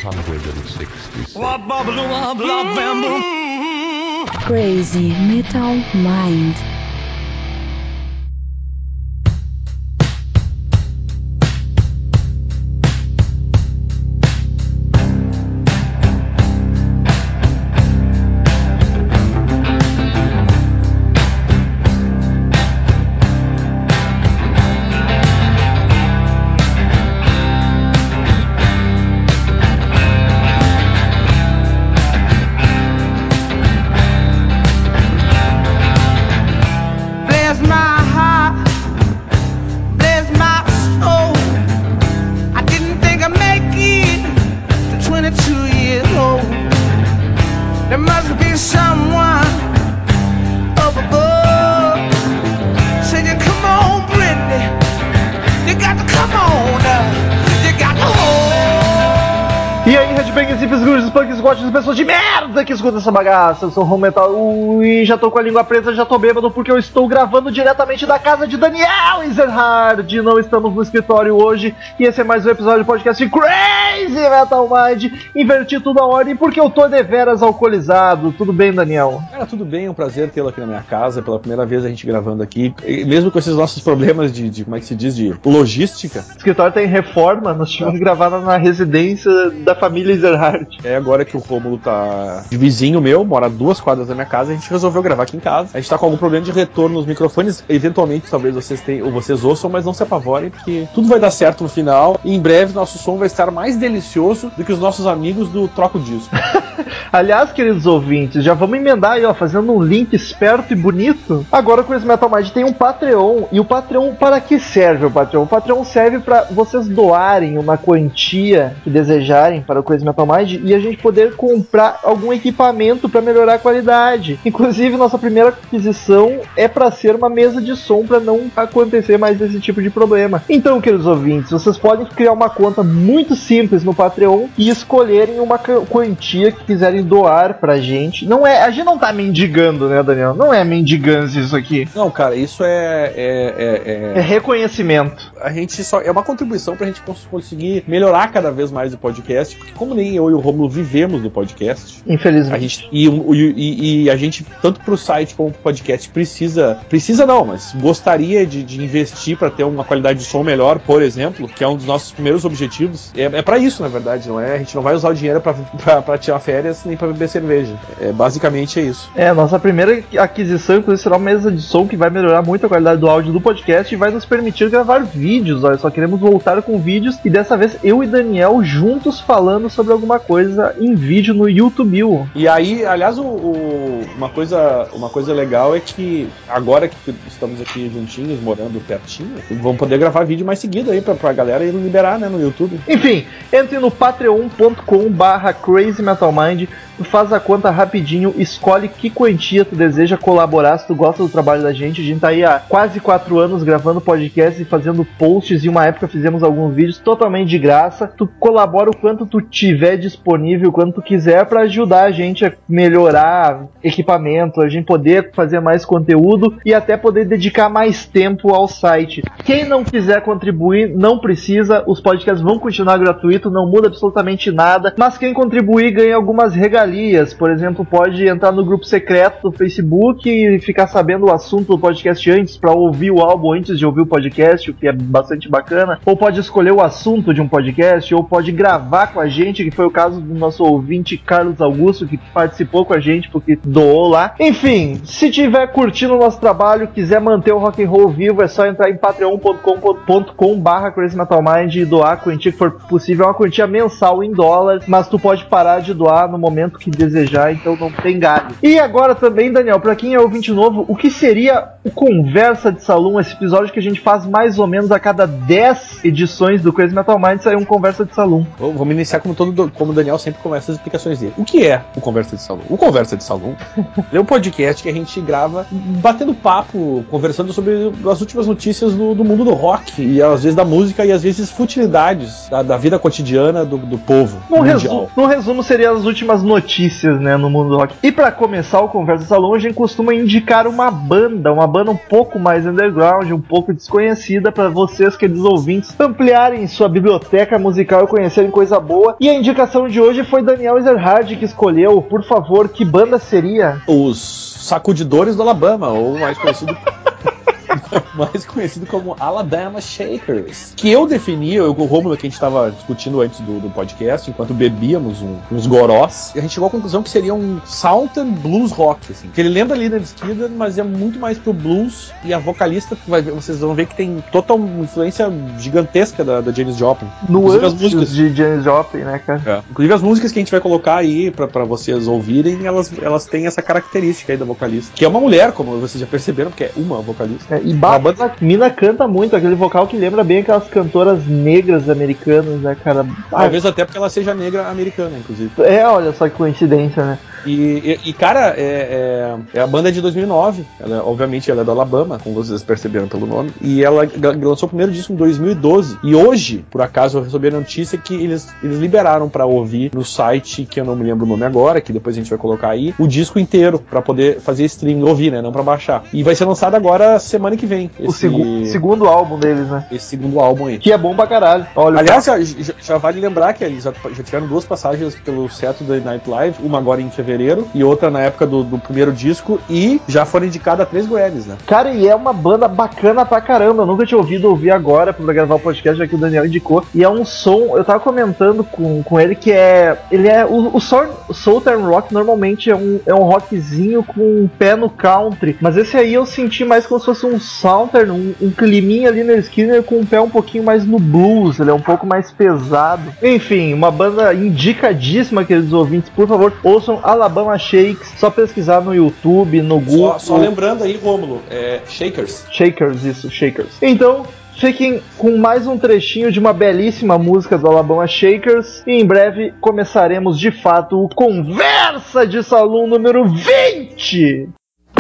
166. Crazy Metal Mind. Pessoas de merda que escutam essa bagaça. Eu sou o Home Metal e já tô com a língua presa, já tô bêbado porque eu estou gravando diretamente da casa de Daniel Ezerhard. Não estamos no escritório hoje e esse é mais um episódio do podcast Crazy Metal Mind. Inverti tudo a ordem porque eu tô deveras alcoolizado. Tudo bem, Daniel? Cara, tudo bem, é um prazer tê-lo aqui na minha casa, pela primeira vez a gente gravando aqui, e mesmo com esses nossos problemas de como é que se diz, de logística. O escritório tá em reforma, nós tivemos que gravar na residência da família Ezerhard. É agora que o Rômulo tá de vizinho meu, mora a 2 quadras da minha casa, a gente resolveu gravar aqui em casa. A gente tá com algum problema de retorno nos microfones, eventualmente talvez vocês ouçam, mas não se apavorem, porque tudo vai dar certo no final, e em breve nosso som vai estar mais delicioso do que os nossos amigos do Troco Disco. Aliás, queridos ouvintes, já vamos emendar aí, ó, fazendo um link esperto e bonito. Agora o Crazy Metal Mind tem um Patreon, e o Patreon, para que serve o Patreon? O Patreon serve para vocês doarem uma quantia que desejarem para o Crazy Metal Mind e a gente poder comprar algum equipamento para melhorar a qualidade. Inclusive, nossa primeira aquisição é para ser uma mesa de som para não acontecer mais esse tipo de problema. Então, queridos ouvintes, vocês podem criar uma conta muito simples no Patreon e escolherem uma quantia que quiserem doar pra gente. Não é, a gente não tá mendigando, né, Daniel? Não é mendigância isso aqui. Não, cara, isso é reconhecimento. A gente só é uma contribuição pra gente conseguir melhorar cada vez mais o podcast, porque como nem eu e o Rômulo vivemos do podcast, infelizmente, e a gente, tanto pro site como pro podcast, precisa não, mas gostaria de investir pra ter uma qualidade de som melhor, por exemplo, que é um dos nossos primeiros objetivos. É pra isso, na verdade, não é? A gente não vai usar o dinheiro pra tirar férias nem pra beber cerveja. Basicamente é isso. Nossa primeira aquisição, inclusive, será uma mesa de som que vai melhorar muito a qualidade do áudio do podcast e vai nos permitir gravar vídeos. Olha, só queremos voltar com vídeos e dessa vez eu e Daniel juntos falando sobre alguma coisa em vídeo no YouTube. E aí, aliás, uma coisa legal é que agora que estamos aqui juntinhos, morando pertinho, vamos poder gravar vídeo mais seguido aí pra galera ir liberar, né, no YouTube. Enfim, entre no patreon.com/crazymetalmind, tu faz a conta rapidinho, escolhe que quantia tu deseja colaborar, se tu gosta do trabalho da gente. A gente tá aí há quase 4 anos gravando podcast e fazendo posts, e uma época fizemos alguns vídeos totalmente de graça. Tu colabora o quanto tu tiver disponível, quanto tu quiser, pra ajudar a gente a melhorar equipamento, a gente poder fazer mais conteúdo e até poder dedicar mais tempo ao site. Quem não quiser contribuir, não precisa, os podcasts vão continuar gratuitos, não muda absolutamente nada, mas quem contribuir ganha algumas regalias. Por exemplo, pode entrar no grupo secreto do Facebook e ficar sabendo o assunto do podcast antes, para ouvir o álbum antes de ouvir o podcast, o que é bastante bacana, ou pode escolher o assunto de um podcast, ou pode gravar com a gente, que foi o caso do nosso ouvinte Carlos Augusto, que participou com a gente porque doou lá. Enfim, se tiver curtindo o nosso trabalho, quiser manter o rock and roll vivo, é só entrar em patreon.com/crazymetalmind e doar a quantia que for possível. É uma quantia mensal em dólares, mas tu pode parar de doar no momento que desejar, então não tem galho. E agora também, Daniel, pra quem é ouvinte novo, o que seria o Conversa de Salão, esse episódio que a gente faz mais ou menos a cada 10 edições do Crazy Metal Mind, sai um Conversa de Salão. Vamos iniciar como o Daniel sempre começa as explicações dele. O que é o Conversa de Salão? O Conversa de Salão é um podcast que a gente grava batendo papo, conversando sobre as últimas notícias do mundo do rock, e às vezes da música, e às vezes futilidades da vida cotidiana cotidiana do povo mundial. No resumo, seriam as últimas notícias, né, no mundo do rock. E pra começar o Conversa de Salão, a gente costuma indicar uma banda um pouco mais underground, um pouco desconhecida, pra vocês, queridos ouvintes, ampliarem sua biblioteca musical e conhecerem coisa boa. E a indicação de hoje foi Daniel Ezerhard que escolheu. Por favor, que banda seria? Os Sacudidores do Alabama, ou mais conhecido como Alabama Shakers, que eu defini, o Rômulo, que a gente estava discutindo antes do podcast, enquanto bebíamos uns gorós, e a gente chegou à conclusão que seria um Southern Blues Rock, assim, que ele lembra Lynyrd Skynyrd, mas é muito mais pro blues, e a vocalista, vocês vão ver que tem total influência gigantesca da Janis Joplin. As músicas de Janis Joplin, né, cara? É. Inclusive as músicas que a gente vai colocar aí pra vocês ouvirem, elas têm essa característica aí da vocalista, que é uma mulher, como vocês já perceberam, porque é uma vocalista. E a mina canta muito, aquele vocal que lembra bem aquelas cantoras negras americanas, né, cara? Talvez até porque ela seja negra americana, inclusive. Olha só que coincidência, né? Cara, é a banda de 2009. Obviamente ela é do Alabama, como vocês perceberam pelo nome. E ela lançou o primeiro disco em 2012. E hoje, por acaso, eu recebi a notícia que eles liberaram pra ouvir no site, que eu não me lembro o nome agora, que depois a gente vai colocar aí, o disco inteiro, pra poder fazer stream, ouvir, né? Não pra baixar. E vai ser lançado agora semana que vem. O segundo álbum deles, né? Esse segundo álbum aí. Que é bom pra caralho. Olha, aliás, já vale lembrar que eles já tiveram 2 passagens pelo Saturday Night Live, uma agora em fevereiro e outra na época do primeiro disco, e já foram indicadas a 3 Grammys, né? Cara, e é uma banda bacana pra caramba. Eu nunca tinha ouvir agora pra gravar o podcast, já que o Daniel indicou. E é um som, eu tava comentando com ele que o Southern Rock normalmente é um rockzinho com um pé no country, mas esse aí eu senti mais como se fosse um Southern, um climinha ali na Skinner com um pé um pouquinho mais no blues, ele é um pouco mais pesado. Enfim, uma banda indicadíssima, queridos ouvintes, por favor, ouçam Alabama Shakes, só pesquisar no YouTube, no Google. Só lembrando aí, Rômulo, Shakers. Shakers, isso, Shakers. Então, fiquem com mais um trechinho de uma belíssima música do Alabama Shakers e em breve começaremos de fato o Conversa de Salão número 20!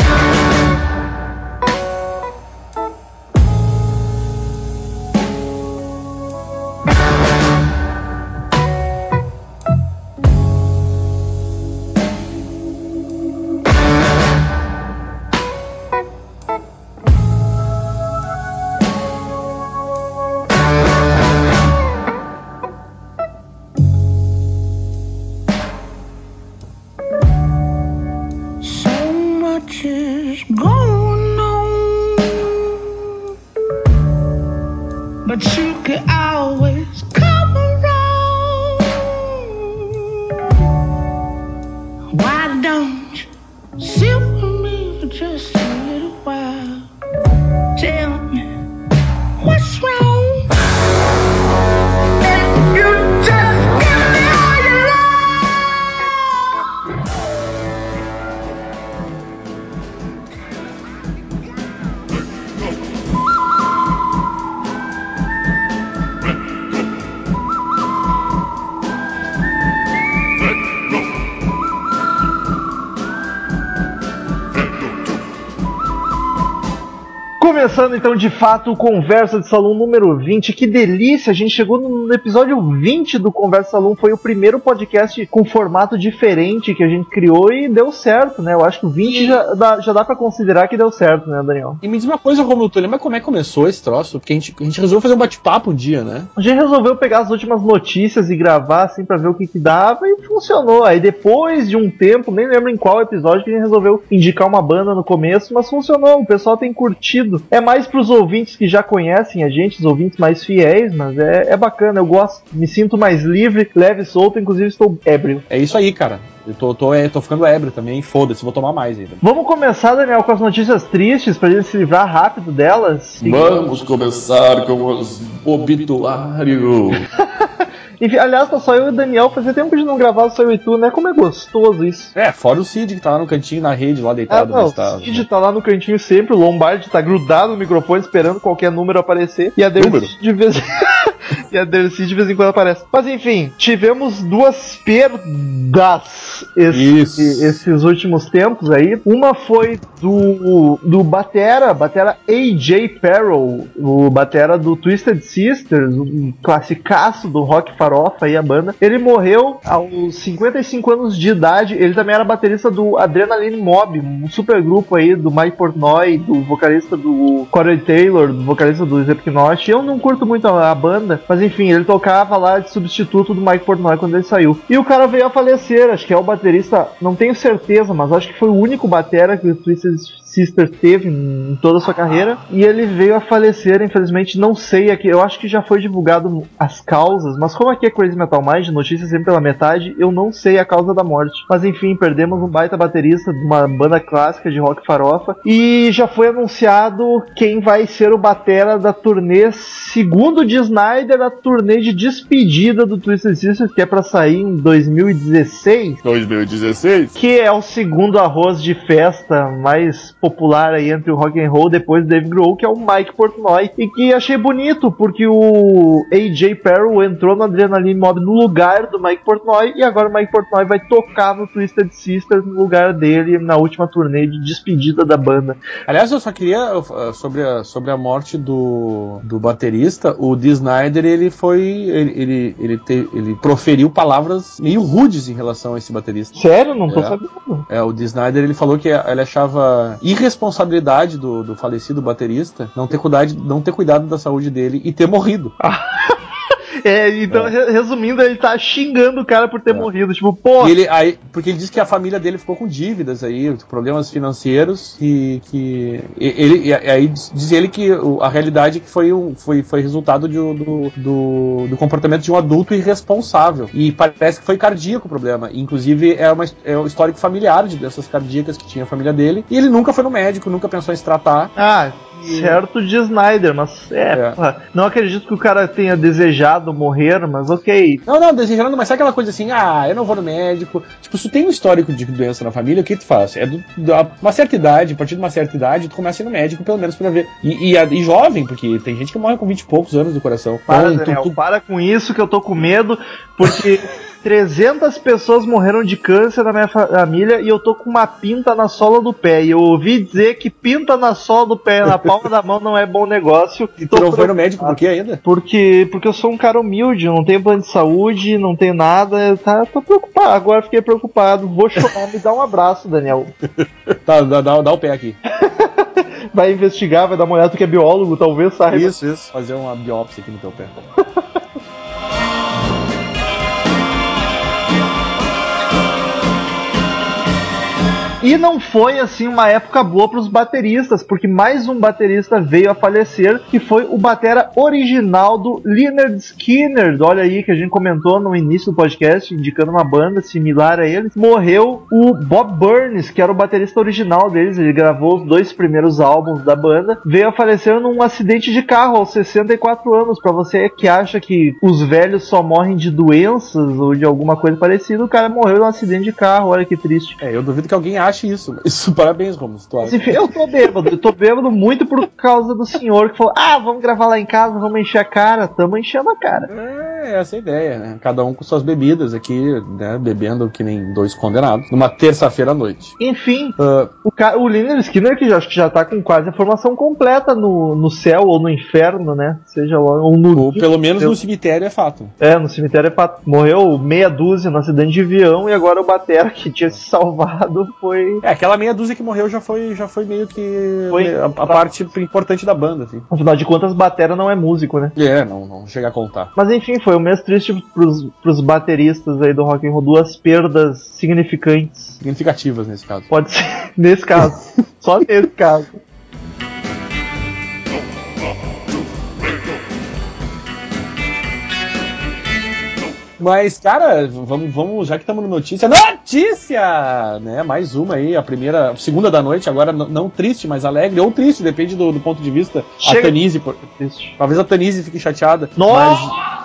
Começando então de fato o Conversa de Salão número 20, que delícia, a gente chegou no episódio 20 do Conversa de Salão, foi o primeiro podcast com formato diferente que a gente criou e deu certo, né? Eu acho que o 20 já dá pra considerar que deu certo, né, Daniel? E me diz uma coisa, Romulo, tu lembra como é que começou esse troço? Porque a gente resolveu fazer um bate-papo um dia, né? A gente resolveu pegar as últimas notícias e gravar assim pra ver o que dava e funcionou. Aí depois de um tempo, nem lembro em qual episódio, que a gente resolveu indicar uma banda no começo, mas funcionou, o pessoal tem curtido. É mais pros ouvintes que já conhecem a gente, os ouvintes mais fiéis, mas é bacana, eu gosto, me sinto mais livre, leve e solto, inclusive estou ébrio. É isso aí, cara. Eu tô ficando ébrio também, foda-se, vou tomar mais ainda. Vamos começar, Daniel, com as notícias tristes, pra gente se livrar rápido delas. Vamos começar com os obituários. Enfim, aliás, tá só eu e o Daniel, fazia tempo de não gravar só eu e tu, né? Como é gostoso isso. Fora o Cid, que tá lá no cantinho, na rede, lá deitado. O Cid tá lá no cantinho sempre, o Lombardi tá grudado no microfone esperando qualquer número aparecer. E a Deus de vez E a Dercy de vez em quando aparece. Mas enfim, tivemos duas perdas esses últimos tempos aí. Uma foi do batera AJ Perrow, o batera do Twisted Sisters, um classicaço do rock farofa aí, a banda. Ele morreu aos 55 anos de idade. Ele também era baterista do Adrenaline Mob, um super grupo aí do Mike Portnoy, do vocalista do Corey Taylor, do vocalista do Slipknot. Eu não curto muito a banda, mas enfim, ele tocava lá de substituto do Mike Portnoy quando ele saiu. E o cara veio a falecer, acho que é o baterista, não tenho certeza, mas acho que foi o único batera que o Twisted Sister teve em toda a sua carreira, e ele veio a falecer, infelizmente. Não sei, aqui, eu acho que já foi divulgado as causas, mas como aqui é Crazy Metal Mind, notícia sempre pela metade, eu não sei a causa da morte. Mas enfim, perdemos um baita baterista de uma banda clássica de rock farofa, e já foi anunciado quem vai ser o batera da turnê, segundo de Snyder, a turnê de despedida do Twisted Sister, que é pra sair em 2016. 2016? Que é o segundo arroz de festa mais popular aí entre o rock and roll, depois do Dave Grohl, que é o Mike Portnoy. E que achei bonito, porque o AJ Perrow entrou no Adrenaline Mob no lugar do Mike Portnoy, e agora o Mike Portnoy vai tocar no Twisted Sister no lugar dele na última turnê de despedida da banda. Aliás, eu só queria, sobre a morte do baterista, o Dee Snider, ele proferiu palavras meio rudes em relação a esse baterista. Sério? Não tô sabendo. O Dee Snider, ele falou que ele achava irresponsabilidade do falecido baterista não ter cuidado da saúde dele e ter morrido. Resumindo, ele tá xingando o cara por ter morrido, tipo, pô. Porque ele disse que a família dele ficou com dívidas aí, problemas financeiros, e aí diz ele que a realidade que foi resultado do comportamento de um adulto irresponsável, e parece que foi cardíaco o problema. Inclusive é o histórico familiar dessas cardíacas que tinha a família dele, e ele nunca foi no médico, nunca pensou em se tratar. Certo de Snyder, mas porra, não acredito que o cara tenha desejado morrer, mas ok. Não, desejando, mas sabe aquela coisa assim, eu não vou no médico. Tipo, se tu tem um histórico de doença na família, o que tu faz? Uma certa idade, a partir de uma certa idade, tu começa a ir no médico, pelo menos pra ver. E jovem, porque tem gente que morre com 20 e poucos anos do coração. Para, Daniel, para com isso que eu tô com medo, porque 300 pessoas morreram de câncer na minha família e eu tô com uma pinta na sola do pé. E eu ouvi dizer que pinta na sola do pé, na palma da mão, não é bom negócio. E tu não foi no médico por quê ainda? Porque eu sou um cara humilde, eu não tenho plano de saúde, não tenho nada. Tô preocupado, agora fiquei preocupado. Vou chorar, me dá um abraço, Daniel. Tá, dá o pé aqui. Vai investigar, vai dar uma olhada, tu que é biólogo, talvez saiba. Isso. Fazer uma biópsia aqui no teu pé. E não foi assim uma época boa para os bateristas, porque mais um baterista veio a falecer, que foi o batera original do Lynyrd Skynyrd. Olha aí, que a gente comentou no início do podcast, indicando uma banda similar a eles. Morreu o Bob Burns, que era o baterista original deles, ele gravou os 2 primeiros álbuns da banda. Veio a falecer num acidente de carro aos 64 anos. Para você que acha que os velhos só morrem de doenças ou de alguma coisa parecida, o cara morreu num acidente de carro. Olha que triste. Eu duvido que alguém ache isso. Parabéns, Romulo. Enfim, eu tô bêbado muito por causa do senhor que falou, vamos gravar lá em casa, vamos encher a cara. Tamo enchendo a cara. Essa é a ideia, né? Cada um com suas bebidas aqui, né? Bebendo que nem 2 condenados, numa terça-feira à noite. Enfim, o Lynyrd Skynyrd, que acho que já tá com quase a formação completa no céu ou no inferno, né? Seja lá, ou pelo menos no cemitério é fato. No cemitério é fato. Morreu meia dúzia no acidente de avião, e agora o batera que tinha se salvado foi... Aquela meia dúzia que morreu já foi meio que a parte importante da banda, assim. Afinal de contas, batera não é músico, né? Não chega a contar. Mas enfim, foi um mês triste pros bateristas aí do rock and roll. 2 perdas significativas nesse caso. Pode ser, nesse caso. Só nesse caso. Mas, cara, vamos, já que estamos no notícia, né? Mais uma aí, a segunda da noite, agora não triste, mas alegre, ou triste, depende do ponto de vista. Chega. Talvez a Tanise fique chateada. Nossa!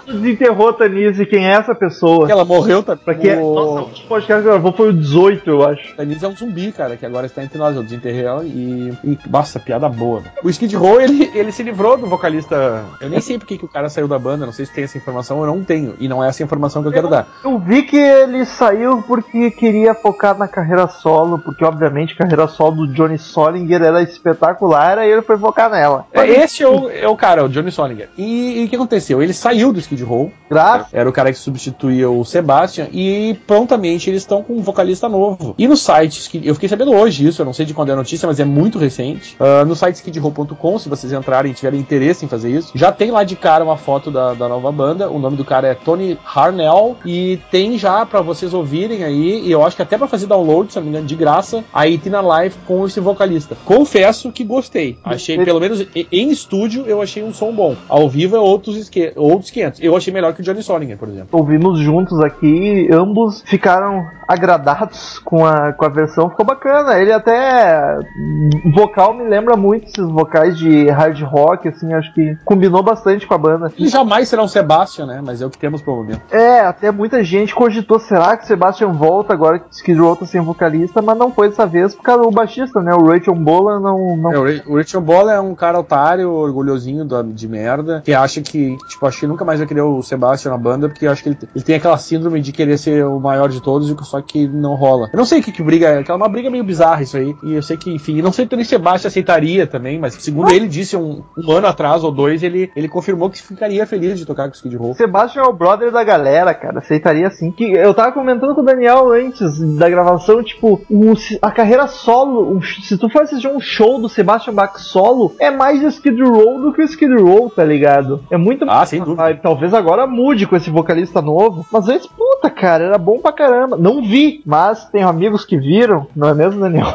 desenterrou a Tanise, quem é essa pessoa? Ela morreu, tá? Pra quê? Nossa, o último podcast que gravou foi o 18, eu acho. Tanise é um zumbi, cara, que agora está entre nós. Eu desenterrei ela e nossa, piada boa. Né? O Skid Row, ele se livrou do vocalista. Eu nem sei porque que o cara saiu da banda, não sei se tem essa informação, eu não tenho. E não é essa informação que eu quero dar. Eu vi que ele saiu porque queria focar na carreira solo, porque obviamente a carreira solo do Johnny Solinger era espetacular, aí ele foi focar nela. Esse é o cara, o Johnny Solinger. E o que aconteceu? Ele saiu do Skid Row. Era o cara que substituía o Sebastian e prontamente eles estão com um vocalista novo. E no site, eu fiquei sabendo hoje isso, eu não sei de quando é a notícia, mas é muito recente. No site skidrow.com, se vocês entrarem e tiverem interesse em fazer isso, já tem lá de cara uma foto da nova banda. O nome do cara é Tony Harnell e tem já pra vocês ouvirem aí, e eu acho que até pra fazer download, se não me engano, de graça, a Itina Live com esse vocalista. Confesso que gostei. Achei, pelo menos em estúdio, eu achei um som bom. Ao vivo é outros 500. Eu achei melhor que o Johnny Solinger, por exemplo. Ouvimos juntos aqui, ambos ficaram agradados com a versão, ficou bacana. Ele até, vocal me lembra muito esses vocais de hard rock, assim, acho que combinou bastante com a banda. E jamais será um Sebastian, né? Mas é o que temos pro momento. Até muita gente cogitou, será que o Sebastian volta agora que o Skid Row tá sem vocalista, mas não foi dessa vez, por causa do baixista, né? O Rachel Bola não... O Rachel Bola é um cara otário, orgulhosinho de merda, que acha que, tipo, acho que nunca mais vai querer o Sebastian na banda, porque eu acho que ele tem aquela síndrome de querer ser o maior de todos, só que não rola. Eu não sei o que briga é, uma briga meio bizarra isso aí, e eu sei que, enfim, não sei se o Sebastian aceitaria também, mas segundo ele disse um ano atrás ou dois, ele confirmou que ficaria feliz de tocar com o Skid Row. Sebastian é o brother da galera, cara, aceitaria sim. Que eu tava comentando com o Daniel antes da gravação, tipo, a carreira solo, se tu for assistir um show do Sebastian Bach solo, é mais Skid Row do que o Skid Row, tá ligado? É muito... sem dúvida. Talvez agora mude com esse vocalista novo, mas antes, puta, cara, era bom pra caramba. Não vi, mas tenho amigos que viram, não é mesmo, Daniel?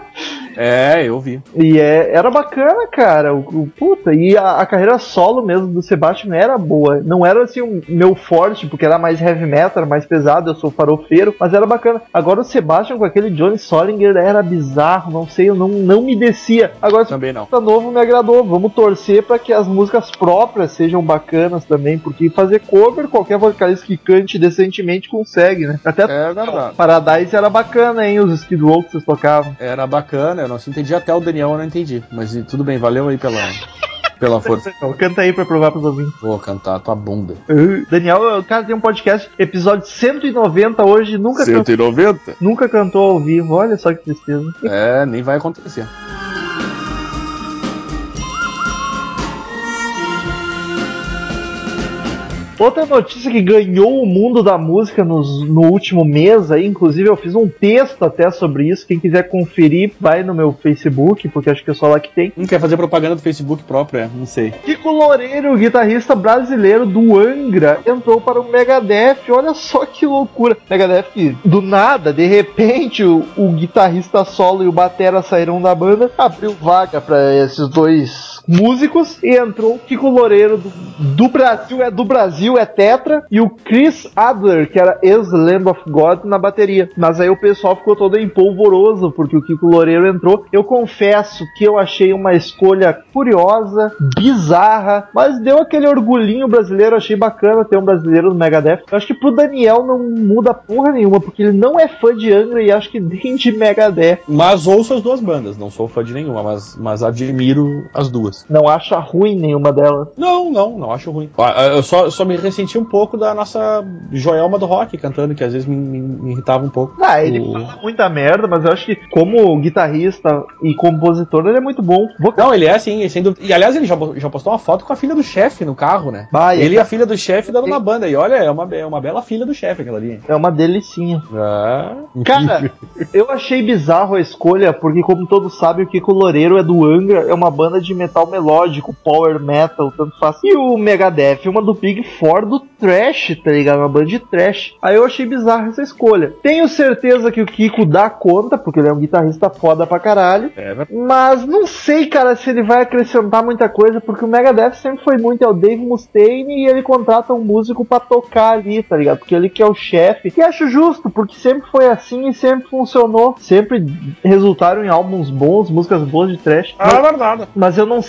Eu vi. E era bacana, cara. Puta, e a carreira solo mesmo do Sebastian era boa. Não era assim o meu forte, porque era mais heavy metal, era mais pesado, eu sou farofeiro, mas era bacana. Agora o Sebastian com aquele Johnny Solinger era bizarro, não sei, eu não me descia. Agora também não. Esse novo me agradou. Vamos torcer pra que as músicas próprias sejam bacanas também, porque fazer cover, qualquer vocalista que cante decentemente consegue, né? Até verdade. Paradise era bacana, hein, os Skid Row que vocês tocavam. Era bacana, eu não entendi, até o Daniel eu não entendi. Mas tudo bem, valeu aí pela força. Canta aí pra provar pros ouvintes. Vou cantar tua bunda. Daniel, o cara tem um podcast, episódio 190 hoje, nunca 190? Nunca cantou ao vivo, olha só que tristeza. Nem vai acontecer. Outra notícia que ganhou o mundo da música no último mês aí, inclusive eu fiz um texto até sobre isso, quem quiser conferir, vai no meu Facebook, porque acho que é só lá que tem. Não quer fazer propaganda do Facebook próprio, não sei. Kiko Loureiro, guitarrista brasileiro do Angra, entrou para o Megadeth, olha só que loucura. Megadeth que, do nada, de repente, o guitarrista solo e o batera saíram da banda, abriu vaga para esses dois músicos e entrou o Kiko Loureiro do Brasil, é tetra, e o Chris Adler, que era ex-Lamb of God, na bateria. Mas aí o pessoal ficou todo empolvoroso porque o Kiko Loureiro entrou. Eu confesso que eu achei uma escolha curiosa, bizarra, mas deu aquele orgulhinho brasileiro, achei bacana ter um brasileiro no Megadeth. Eu acho que pro Daniel não muda porra nenhuma, porque ele não é fã de Angra e acho que nem de Megadeth. Mas ouço as duas bandas, não sou fã de nenhuma, mas admiro as duas. Não acha ruim nenhuma delas? Não acho ruim. Eu só me ressenti um pouco da nossa Joelma do rock cantando, que às vezes me irritava um pouco. Ele fala muita merda, mas eu acho que como guitarrista e compositor ele é muito bom. Não, ele é assim, sem dúvida. E aliás, ele já postou uma foto com a filha do chefe no carro, né? Ele e a filha do chefe dando na banda. E olha, é uma bela filha do chefe aquela ali. É uma delicinha. Cara, eu achei bizarro a escolha, porque como todos sabem, o Kiko Loureiro é do Angra, é uma banda de metal melódico, power metal, tanto faz. E o Megadeth é uma do Big Four do thrash, tá ligado? Uma banda de thrash. Aí eu achei bizarra essa escolha. Tenho certeza que o Kiko dá conta, porque ele é um guitarrista foda pra caralho. Mas não sei, cara, se ele vai acrescentar muita coisa, porque o Megadeth sempre foi muito o Dave Mustaine e ele contrata um músico pra tocar ali, tá ligado? Porque ele que é o chefe. E acho justo, porque sempre foi assim e sempre funcionou. Sempre resultaram em álbuns bons, músicas boas de thrash. Verdade. Mas eu não sei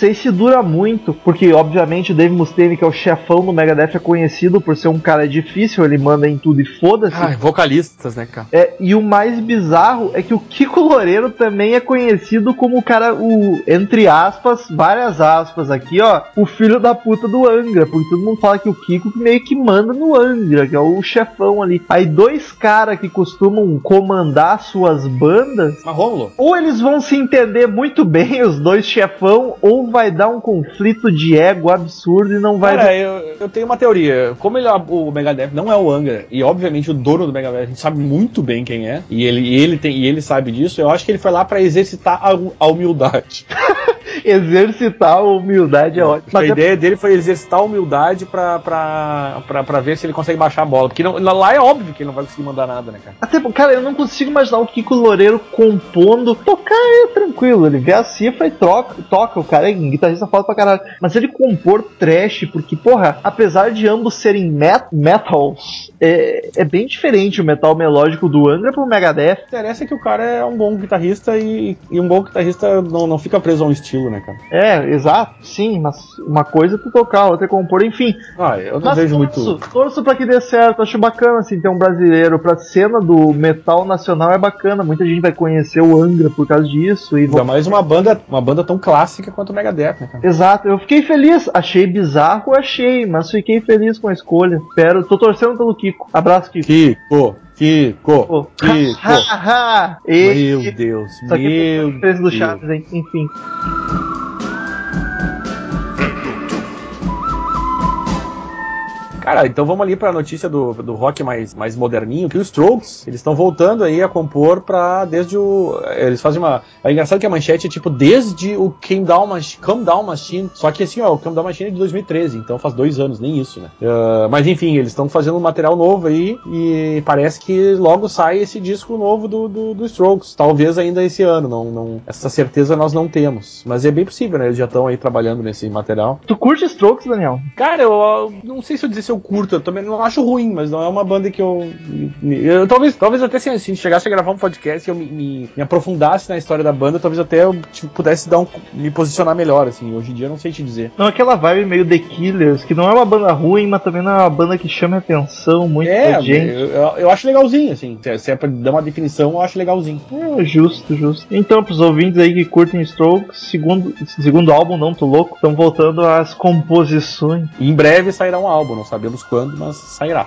sei se dura muito, porque obviamente o Dave Mustaine, que é o chefão do Megadeth, é conhecido por ser um cara difícil, ele manda em tudo e foda-se. Ai, vocalistas, né, cara? E o mais bizarro é que o Kiko Loureiro também é conhecido como o cara, entre aspas, várias aspas aqui, ó, o filho da puta do Angra, porque todo mundo fala que o Kiko meio que manda no Angra, que é o chefão ali. Aí dois caras que costumam comandar suas bandas, Mas Rômulo, ou eles vão se entender muito bem, os dois chefão, ou vai dar um conflito de ego absurdo e não vai... cara, eu tenho uma teoria. Como o Megadeth não é o Angra, e obviamente o dono do Megadeth, a gente sabe muito bem quem é, e ele sabe disso, eu acho que ele foi lá pra exercitar a humildade. Exercitar a humildade é ótimo. A ideia dele foi exercitar a humildade pra ver se ele consegue baixar a bola. Porque lá é óbvio que ele não vai conseguir mandar nada, né, cara? Até, cara, eu não consigo imaginar o Kiko Loureiro compondo. Tocar é tranquilo, ele vê a cifra e toca. O cara é guitarrista foda pra caralho. Mas ele compor trash, porque, porra, apesar de ambos serem metals, é bem diferente o metal melódico do Angra pro Megadeth. O que interessa é que o cara é um bom guitarrista e um bom guitarrista não fica preso a um estilo, né, cara? Exato, sim, mas uma coisa é tu tocar, outra é compor, enfim. Eu não vejo muito. Torço pra que dê certo, acho bacana assim ter um brasileiro pra cena do metal nacional, é bacana, muita gente vai conhecer o Angra por causa disso. Ainda mais uma banda tão clássica quanto o Megadeth, né, cara? Exato, eu fiquei feliz, achei bizarro, mas fiquei feliz com a escolha. Tô torcendo pelo Kiko. Abraço, Kiko. Kiko. Meu Deus, Isso aqui é preço do Chaves, hein? Enfim. Cara, então vamos ali pra notícia do rock mais moderninho, que os Strokes, eles estão voltando aí a compor eles fazem uma... É engraçado que a manchete é tipo desde o Come Down Machine, só que assim, ó, o Come Down Machine é de 2013, então faz 2 anos, nem isso, né? Mas enfim, eles estão fazendo um material novo aí e parece que logo sai esse disco novo do Strokes, talvez ainda esse ano, não, essa certeza nós não temos, mas é bem possível, né? Eles já estão aí trabalhando nesse material. Tu curte Strokes, Daniel? Cara, eu não sei se eu dizer se eu curto, eu também não acho ruim, mas não é uma banda que eu talvez até se chegasse a gravar um podcast e eu me aprofundasse na história da banda, talvez até eu pudesse me posicionar melhor, assim, hoje em dia eu não sei te dizer. Não, aquela vibe meio The Killers, que não é uma banda ruim, mas também não é uma banda que chama atenção muito pra gente. Eu acho legalzinho, assim, se é pra dar uma definição, eu acho legalzinho. Justo. Então, pros ouvintes aí que curtem Strokes, segundo álbum, não tô louco, estão voltando às composições. E em breve sairá um álbum, não sabemos quando, mas sairá.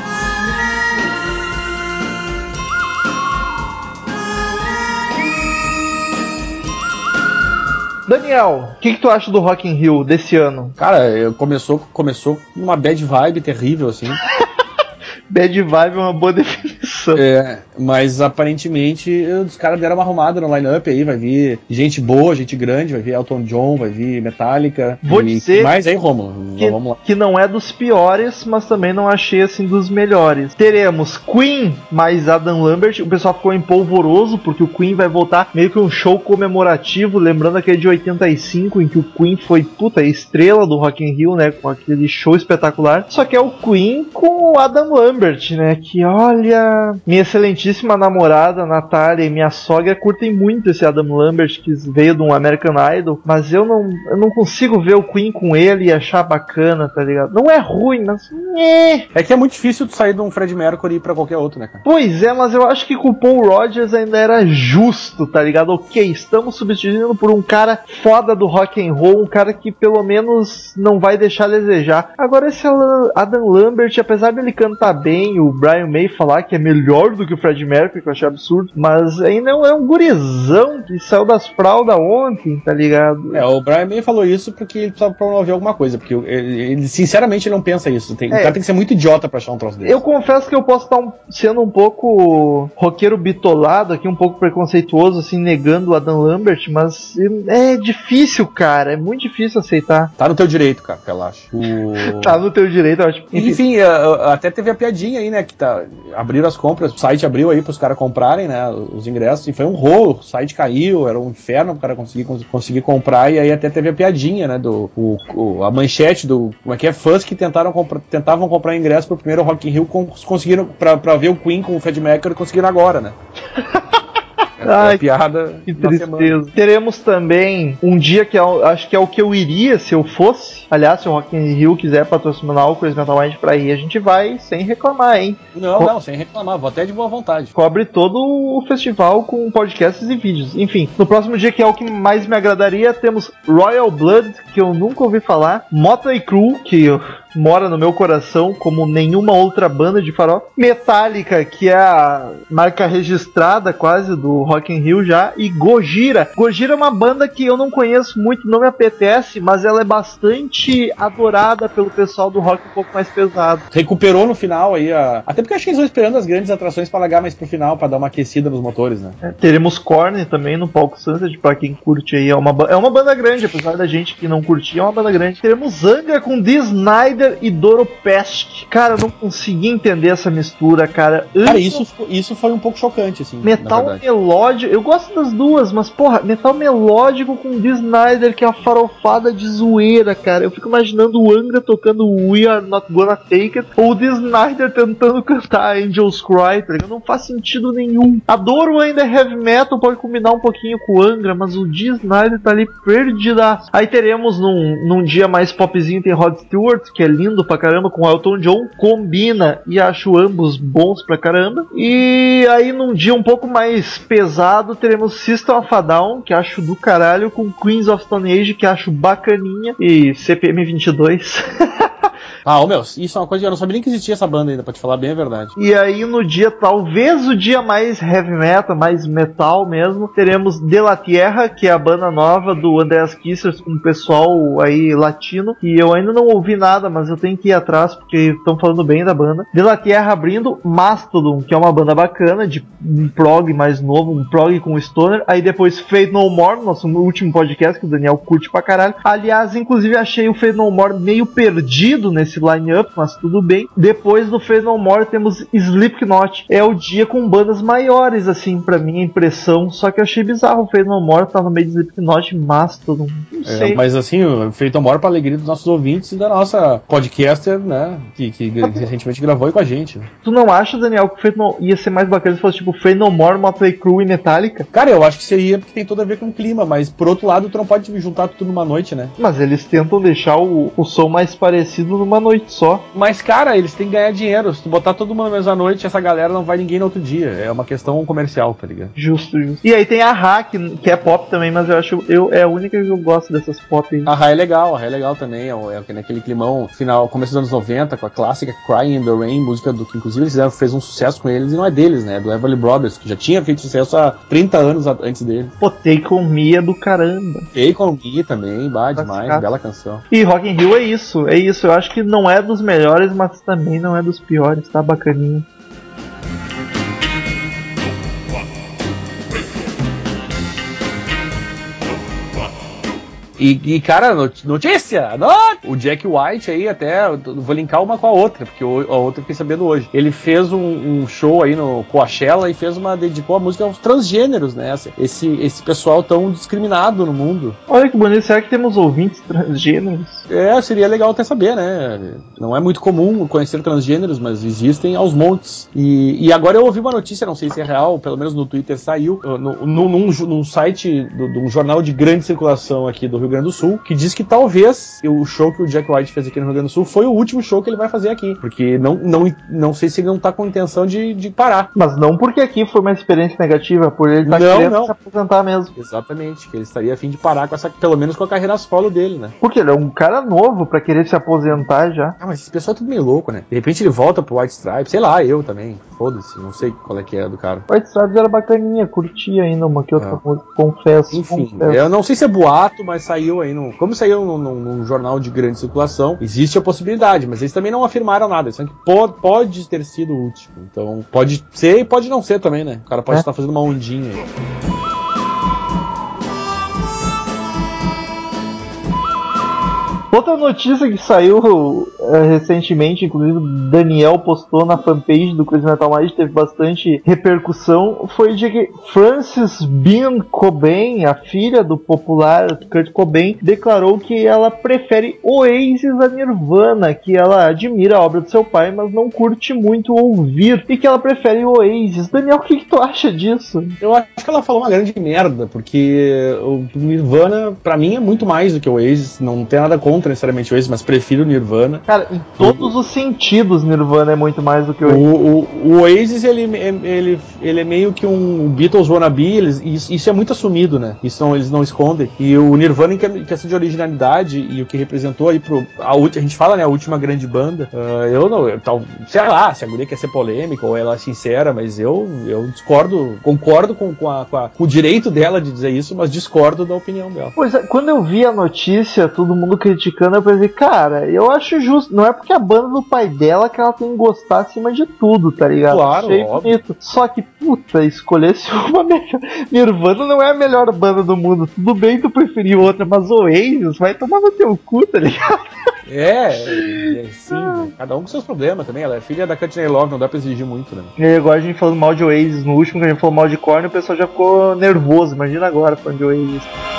Daniel, o que tu acha do Rock in Rio desse ano? Cara, começou com uma bad vibe terrível, assim. Bad vibe é uma boa definição. Mas aparentemente os caras deram uma arrumada no line-up aí, vai vir gente boa, gente grande, vai vir Elton John, vai vir Metallica. Vou dizer mais aí, Romulo, vamos lá. Que não é dos piores, mas também não achei assim dos melhores. Teremos Queen mais Adam Lambert. O pessoal ficou empolvoroso porque o Queen vai voltar meio que um show comemorativo, lembrando aquele de 85 em que o Queen foi estrela do Rock in Rio, né, com aquele show espetacular. Só que é o Queen com o Adam Lambert, né, que olha, minha excelentíssima namorada Natália e minha sogra curtem muito esse Adam Lambert, que veio de um American Idol, mas eu não consigo ver o Queen com ele e achar bacana, tá ligado? Não é ruim, mas é que é muito difícil tu sair de um Fred Mercury pra qualquer outro, né, cara? Pois é, mas eu acho que com o Paul Rodgers ainda era justo, tá ligado? Ok, estamos substituindo por um cara foda do rock and roll, um cara que pelo menos não vai deixar a desejar. Agora esse Adam Lambert, apesar dele cantar bem, o Brian May falar que é melhor do que o Fred Mercury, que eu achei absurdo, mas ainda é um gurizão que saiu das fraldas ontem, tá ligado? O Brian May falou isso porque ele precisava promover alguma coisa, porque ele sinceramente ele não pensa isso. O cara tem que ser muito idiota pra achar um troço desse. Eu confesso que eu posso estar sendo um pouco roqueiro bitolado aqui, um pouco preconceituoso, assim, negando o Adam Lambert, mas é difícil, cara, é muito difícil aceitar. Tá no teu direito, cara, relaxa. Tá no teu direito, eu acho. Enfim, até teve a piadinha aí, né, que abriram as compras, o site abriu aí pros caras comprarem, né, os ingressos, e foi um rolo, o site caiu, era um inferno pro cara conseguir comprar, e aí até teve a piadinha, né, a manchete como é que é, fãs que tentavam comprar ingresso pro primeiro Rock in Rio, conseguiram, pra ver o Queen com o Fred Mercury, conseguiram agora, né. Ai, piada que da semana. tristeza. Teremos também um dia que acho que é o que eu iria se eu fosse. Aliás, se o Rock in Rio quiser patrocinar o Crazy Metal Mind pra ir, a gente vai sem reclamar, hein? Não, sem reclamar, vou até de boa vontade. Cobre todo o festival com podcasts e vídeos. Enfim, no próximo dia, que é o que mais me agradaria, temos Royal Blood, que eu nunca ouvi falar, Motley Crue, que mora no meu coração como nenhuma outra banda de farofa, Metallica, que é a marca registrada quase do Rock in Rio já, e Gojira. Gojira é uma banda que eu não conheço muito, não me apetece, mas ela é bastante adorada pelo pessoal do rock um pouco mais pesado. Recuperou no final aí, até porque acho que eles estão esperando as grandes atrações pra largar mais pro final, pra dar uma aquecida nos motores, né? Teremos Korn também no palco Sunset, pra quem curte aí, é uma banda grande, apesar da gente que não curtia, é uma banda grande. Teremos Angra com Dee Snider e Doro Pesch. Cara, eu não consegui entender essa mistura, cara. Cara, isso foi um pouco chocante, assim. Metal melódico, eu gosto das duas, mas porra, metal melódico com Dee Snider, que é uma farofada de zoeira, cara. Eu fico imaginando o Angra tocando We Are Not Gonna Take It, ou o Dee Snider tentando cantar Angels Cry, tá ligado? Não faz sentido nenhum. Adoro ainda heavy metal, pode combinar um pouquinho com o Angra, mas o Dee Snider tá ali perdidaço. Aí teremos num dia mais popzinho, tem Rod Stewart, que é lindo pra caramba, com Elton John, combina, e acho ambos bons pra caramba. E aí num dia um pouco mais pesado, teremos System of a Down, que acho do caralho, com Queens of Stone Age, que acho bacaninha, e CPM 22. Meu, isso é uma coisa que eu não sabia nem que existia essa banda ainda, pra te falar bem a verdade. E aí no dia, talvez o dia mais heavy metal, mais metal mesmo, teremos De La Tierra, que é a banda nova do Andreas Kisser, com o pessoal aí latino, e eu ainda não ouvi nada, mas eu tenho que ir atrás, porque estão falando bem da banda. De La Tierra abrindo Mastodon, que é uma banda bacana, de um prog mais novo, um prog com stoner. Aí depois Faith No More, nosso último podcast, que o Daniel curte pra caralho. Aliás, inclusive achei o Faith No More meio perdido nesse line-up, mas tudo bem. Depois do Faith No More temos Slipknot. É o dia com bandas maiores, assim, pra minha impressão. Só que eu achei bizarro o Faith No More tá no meio de Slipknot, Mastodon. Não sei. Mas assim, o Faith No More pra alegria dos nossos ouvintes e da nossa podcaster, né, que recentemente gravou aí com a gente. Tu não acha, Daniel, que o Faith No ia ser mais bacana se fosse tipo Faith No More, Motley Crue e Metallica? Cara, eu acho que seria porque tem tudo a ver com o clima, mas por outro lado tu não pode juntar tudo numa noite, né? Mas eles tentam deixar o som mais parecido numa noite só. Mas, cara, eles têm que ganhar dinheiro. Se tu botar todo mundo na mesma noite, essa galera não vai ninguém no outro dia. É uma questão comercial, tá ligado? Justo. E aí tem a Ha, que é pop também, mas eu acho é a única que eu gosto dessas pop aí. A Ha é legal também. É naquele climão final, começo dos anos 90, com a clássica Crying in the Rain, música do que inclusive eles fez um sucesso com eles, e não é deles, né? É do Everly Brothers, que já tinha feito sucesso há 30 anos antes dele. Pô, Take On Me é do caramba. Take On Me também, demais, bela canção. E Rock in Rio é isso. Eu acho que não é dos melhores, mas também não é dos piores, tá bacaninho. E cara, notícia! O Jack White aí, até, vou linkar uma com a outra, porque a outra eu fiquei sabendo hoje. Ele fez um show aí no Coachella e dedicou a música aos transgêneros, né? Esse pessoal tão discriminado no mundo. Olha que bonito, será que temos ouvintes transgêneros? Seria legal até saber, né? Não é muito comum conhecer transgêneros, mas existem aos montes. E agora eu ouvi uma notícia, não sei se é real, pelo menos no Twitter saiu, num site de um jornal de grande circulação aqui do Rio Grande do Sul, que diz que talvez o show que o Jack White fez aqui no Rio Grande do Sul foi o último show que ele vai fazer aqui, porque não sei se ele não tá com intenção de parar. Mas não porque aqui foi uma experiência negativa, por ele estar querendo se aposentar mesmo. Exatamente, que ele estaria a fim de parar com pelo menos com a carreira solo dele, né? Porque ele é um cara novo pra querer se aposentar já. Mas esse pessoal é tudo meio louco, né? De repente ele volta pro White Stripes, sei lá, eu também, foda-se, não sei qual é que é do cara. White Stripes era bacaninha, curtia ainda uma que outra música, confesso. Enfim, eu não sei se é boato, mas saiu aí, como saiu num jornal de grande circulação, existe a possibilidade, mas eles também não afirmaram nada, eles falam que pode ter sido o último, então pode ser e pode não ser também, né? O cara pode estar fazendo uma ondinha aí. Outra notícia que saiu recentemente, inclusive o Daniel postou na fanpage do Crazy Metal Mind, teve bastante repercussão, foi de que Frances Bean Cobain, a filha do popular Kurt Cobain, declarou que ela prefere Oasis a Nirvana, que ela admira a obra do seu pai, mas não curte muito ouvir, e que ela prefere Oasis. Daniel, o que tu acha disso? Eu acho que ela falou uma grande merda, porque o Nirvana, pra mim, é muito mais do que o Oasis. Não tem nada contra necessariamente o Oasis, mas prefiro o Nirvana. Cara, em todos os sentidos, Nirvana é muito mais do que o Oasis. O Oasis, ele é meio que um Beatles wannabe, isso é muito assumido, né? Eles não escondem. E o Nirvana, em questão de originalidade e o que representou aí a gente fala, né, a última grande banda, sei lá, se a guria quer ser polêmica ou ela é sincera, mas eu discordo, concordo com o direito dela de dizer isso, mas discordo da opinião dela. Pois é, quando eu vi a notícia, todo mundo criticando, eu pensei, cara, eu acho justo, não é porque a banda do pai dela que ela tem que gostar acima de tudo, tá ligado? Claro, achei bonito. Só que, puta, escolhesse uma melhor. Nirvana não é a melhor banda do mundo, tudo bem tu preferir outra, mas Oasis vai tomar no teu cu, tá ligado? Sim, né? Cada um com seus problemas também. Ela é filha da Courtney Love, não dá pra exigir muito, né? E agora a gente falando mal de Oasis, no último que a gente falou mal de Korn, o pessoal já ficou nervoso, imagina agora falando de Oasis.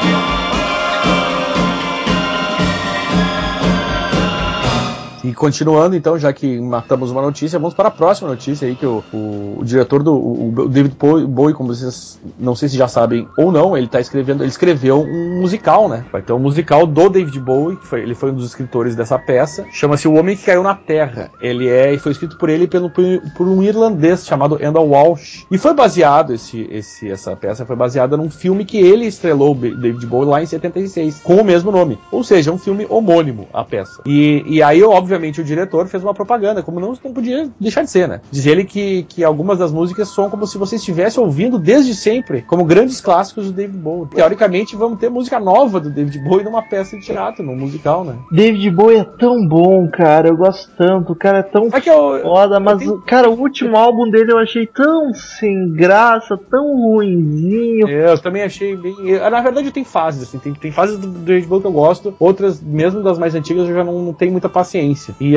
E continuando, então, já que matamos uma notícia, vamos para a próxima notícia aí, que o diretor o David Bowie, como vocês não sei se já sabem ou não, ele escreveu um musical, né? Vai ter um musical do David Bowie, ele foi um dos escritores dessa peça, chama-se O Homem que Caiu na Terra. Foi escrito por ele por um irlandês chamado Endel Walsh. E foi baseado, essa peça foi baseada num filme que ele estrelou, o David Bowie, lá em 76, com o mesmo nome. Ou seja, um filme homônimo à peça. E aí, obviamente, o diretor fez uma propaganda, como não podia deixar de ser, né? Diz ele que algumas das músicas são como se você estivesse ouvindo desde sempre, como grandes clássicos do David Bowie. Teoricamente, vamos ter música nova do David Bowie numa peça de teatro, num musical, né? David Bowie é tão bom, cara, eu gosto tanto, o cara é tão foda, mas, cara, o último álbum dele eu achei tão sem graça, tão ruinzinho. Eu também achei bem... Na verdade, tem fases, assim, tem fases do David Bowie que eu gosto, outras, mesmo das mais antigas, eu já não tenho muita paciência. E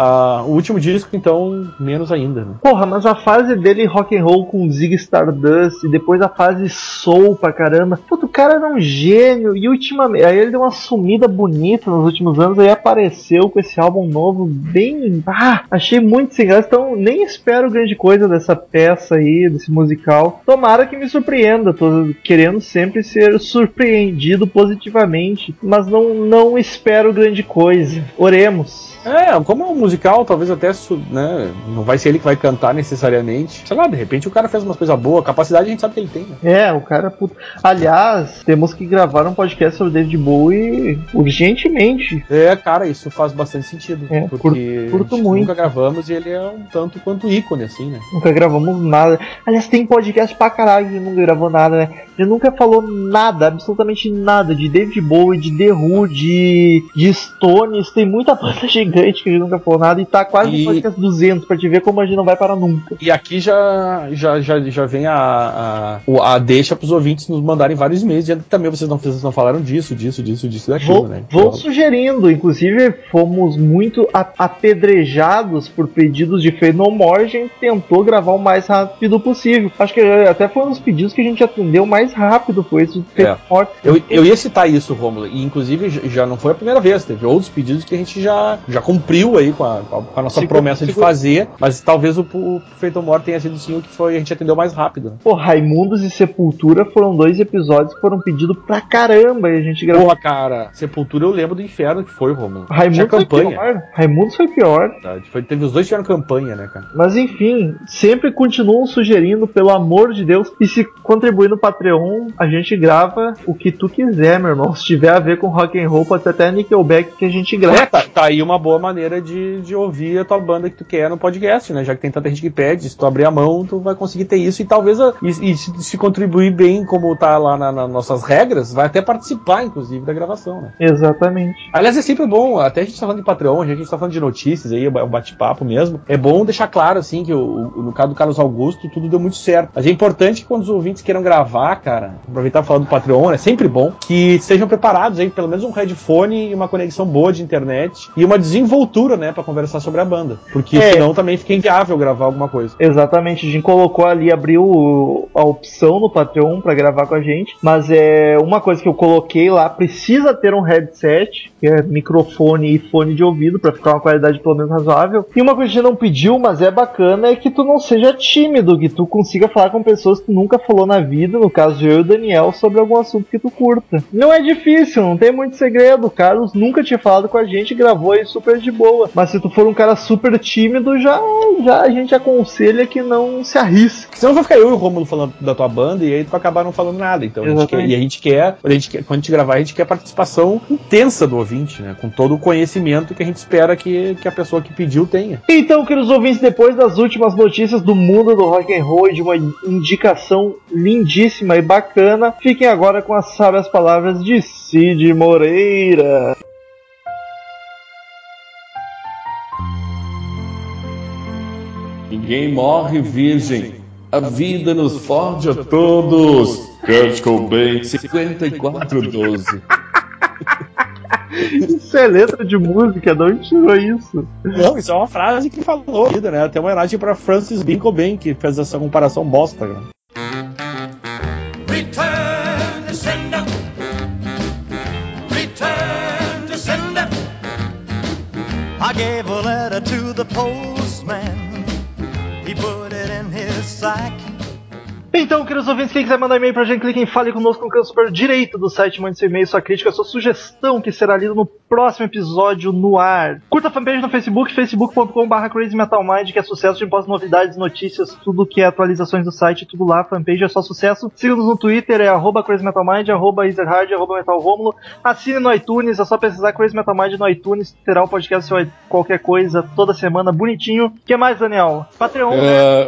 o último disco, então, menos ainda, né? Porra, mas a fase dele rock and roll com Ziggy Stardust e depois a fase soul pra caramba. Puta, o cara era um gênio e ultimamente... Aí ele deu uma sumida bonita nos últimos anos, aí apareceu com esse álbum novo bem... achei muito sem graça, então nem espero grande coisa dessa peça aí, desse musical. Tomara que me surpreenda, tô querendo sempre ser surpreendido positivamente, mas não espero grande coisa. Oremos. Como é um musical, talvez até, né, não vai ser ele que vai cantar necessariamente. Sei lá, de repente o cara fez umas coisas boas, capacidade a gente sabe que ele tem, né? O cara é puto. Aliás, temos que gravar um podcast sobre David Bowie urgentemente. Cara, isso faz bastante sentido. Porque curto muito. Nunca gravamos e ele é um tanto quanto ícone, assim, né? Nunca gravamos nada. Aliás, tem podcast pra caralho que nunca gravou nada, né? Ele nunca falou nada, absolutamente nada, de David Bowie, de The Who, de Stones. Tem muita banda gigante que ele nunca falou nada e tá quase no podcast 200 pra te ver como a gente não vai parar nunca. E aqui já vem a deixa pros ouvintes nos mandarem vários e-mails dizendo que também vocês não falaram disso, daquilo, né? Vou sugerindo, inclusive fomos muito apedrejados por pedidos de Fenomore, a gente tentou gravar o mais rápido possível. Acho que até foi um dos pedidos que a gente atendeu mais rápido, foi esse Fenomore. Eu ia citar isso, Rômulo, e inclusive já não foi a primeira vez, teve outros pedidos que a gente já cumpriu aí com a nossa promessa de fazer, mas talvez o Fenomore tenha sido sim o que a gente atendeu mais rápido. Pô, Raimundos e Sepultura foram 2 episódios que foram pedidos pra caramba e a gente gravou. Porra, cara, Sepultura eu lembro do inferno que foi, Rômulo. Raimundos foi pior. Teve os dois tiveram campanha, né, cara? Mas enfim, sempre continuam sugerindo, pelo amor de Deus, e se contribuir no Patreon, a gente grava o que tu quiser, meu irmão. Se tiver a ver com rock and roll, pode ser até Nickelback que a gente grava. Tá aí uma boa boa maneira de ouvir a tua banda que tu quer no podcast, né? Já que tem tanta gente que pede, se tu abrir a mão, tu vai conseguir ter isso e talvez se contribuir bem como tá lá nas nossas regras, vai até participar, inclusive, da gravação, né? Exatamente. Aliás, é sempre bom, até a gente tá falando de Patreon, a gente tá falando de notícias aí, é um bate-papo mesmo. É bom deixar claro, assim, que no caso do Carlos Augusto, tudo deu muito certo. Mas é importante que quando os ouvintes queiram gravar, cara, aproveitar e falar do Patreon, é sempre bom que estejam preparados aí, pelo menos um headphone e uma conexão boa de internet e uma desenvoltura, né, pra conversar sobre a banda. Porque senão também fica inviável gravar alguma coisa. Exatamente, a gente colocou ali, abriu a opção no Patreon pra gravar com a gente, mas uma coisa que eu coloquei lá, precisa ter um headset, que é microfone e fone de ouvido, pra ficar uma qualidade pelo menos razoável. E uma coisa que a gente não pediu, mas é bacana, é que tu não seja tímido, que tu consiga falar com pessoas que tu nunca falou na vida, no caso eu e o Daniel, sobre algum assunto que tu curta. Não é difícil, não tem muito segredo, o Carlos nunca tinha falado com a gente, gravou aí super de boa. Mas se tu for um cara super tímido, já a gente aconselha que não se arrisque. Senão vai ficar eu e o Rômulo falando da tua banda e aí tu vai acabar não falando nada. Então quando a gente quer, quando a gente gravar, a gente quer participação intensa do ouvinte, né? Com todo o conhecimento que a gente espera que a pessoa que pediu tenha. Então, queridos ouvintes, depois das últimas notícias do mundo do rock and roll e de uma indicação lindíssima e bacana, fiquem agora com as sábias palavras de Cid Moreira. Ninguém morre virgem. A vida nos fode a todos. Kurt Cobain, 5412. Isso é letra de música, de onde tirou isso? Não, isso é uma frase que falou, né? Até uma homenagem pra Francis Cobain, que fez essa comparação bosta, cara. Return to sender. Return to sender. I gave a letter to the postman. He put it in his sack. Então, queridos ouvintes, quem quiser mandar e-mail pra gente, clique em Fale Conosco no canto superior direito do site, mande seu e-mail, sua crítica, sua sugestão, que será lida no próximo episódio no ar. Curta a fanpage no Facebook, facebook.com/crazymetalmind, que é sucesso, a gente posta novidades, notícias, tudo que é atualizações do site, tudo lá, a fanpage é só sucesso. Siga-nos no Twitter, é @crazymetalmind, @ezerhard, @metalromulo. Assine no iTunes, é só pesquisar Crazy Metal Mind no iTunes, terá o podcast qualquer coisa, toda semana, bonitinho. O que mais, Daniel? Patreon, né?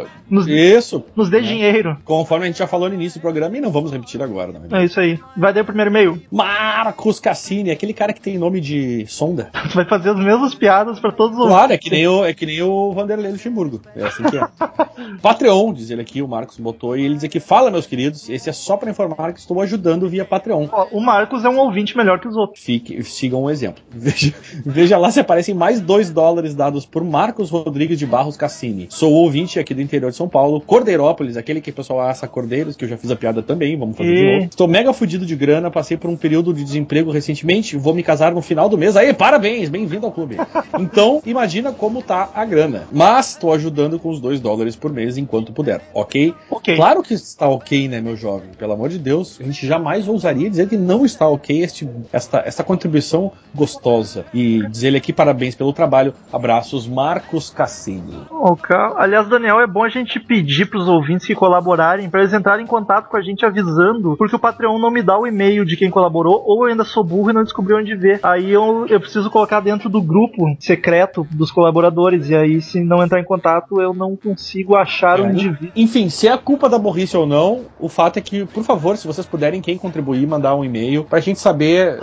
Nos dê dinheiro. Conforme a gente já falou no início do programa, e não vamos repetir agora. É isso aí. Vai dar o primeiro e-mail. Marcos Cassini, aquele cara que tem nome de sonda. Vai fazer as mesmas piadas pra todos os Claro, é que nem o Vanderlei Luxemburgo. É assim que é. Patreon, diz ele aqui, o Marcos botou, e ele diz aqui: fala, meus queridos, esse é só pra informar que estou ajudando via Patreon. Ó, o Marcos é um ouvinte melhor que os outros. Sigam um exemplo. Veja lá se aparecem mais $2 dados por Marcos Rodrigues de Barros Cassini. Sou ouvinte aqui do interior de São Paulo, Cordeirópolis, aquele que o pessoal assa cordeiros, que eu já fiz a piada também, vamos fazer de novo. Estou mega fudido de grana, passei por um período de desemprego recentemente, vou me casar no final do mês. Aí, parabéns, bem-vindo ao clube. Então, imagina como tá a grana. Mas estou ajudando com os $2 por mês enquanto puder, ok? Claro que está ok, né, meu jovem? Pelo amor de Deus, a gente jamais ousaria dizer que não está ok esta contribuição gostosa. E dizer ele aqui parabéns pelo trabalho. Abraços, Marcos Cassini. Aliás, Daniel, é bom a gente pedir pros ouvintes que colaborarem pra eles entrarem em contato com a gente avisando, porque o Patreon não me dá o e-mail de quem colaborou, ou eu ainda sou burro e não descobri onde ver. Aí eu preciso colocar dentro do grupo secreto dos colaboradores, e aí se não entrar em contato eu não consigo achar o indivíduo. Enfim, se é culpa da burrice ou não, o fato é que, por favor, se vocês puderem, quem contribuir, mandar um e-mail pra gente saber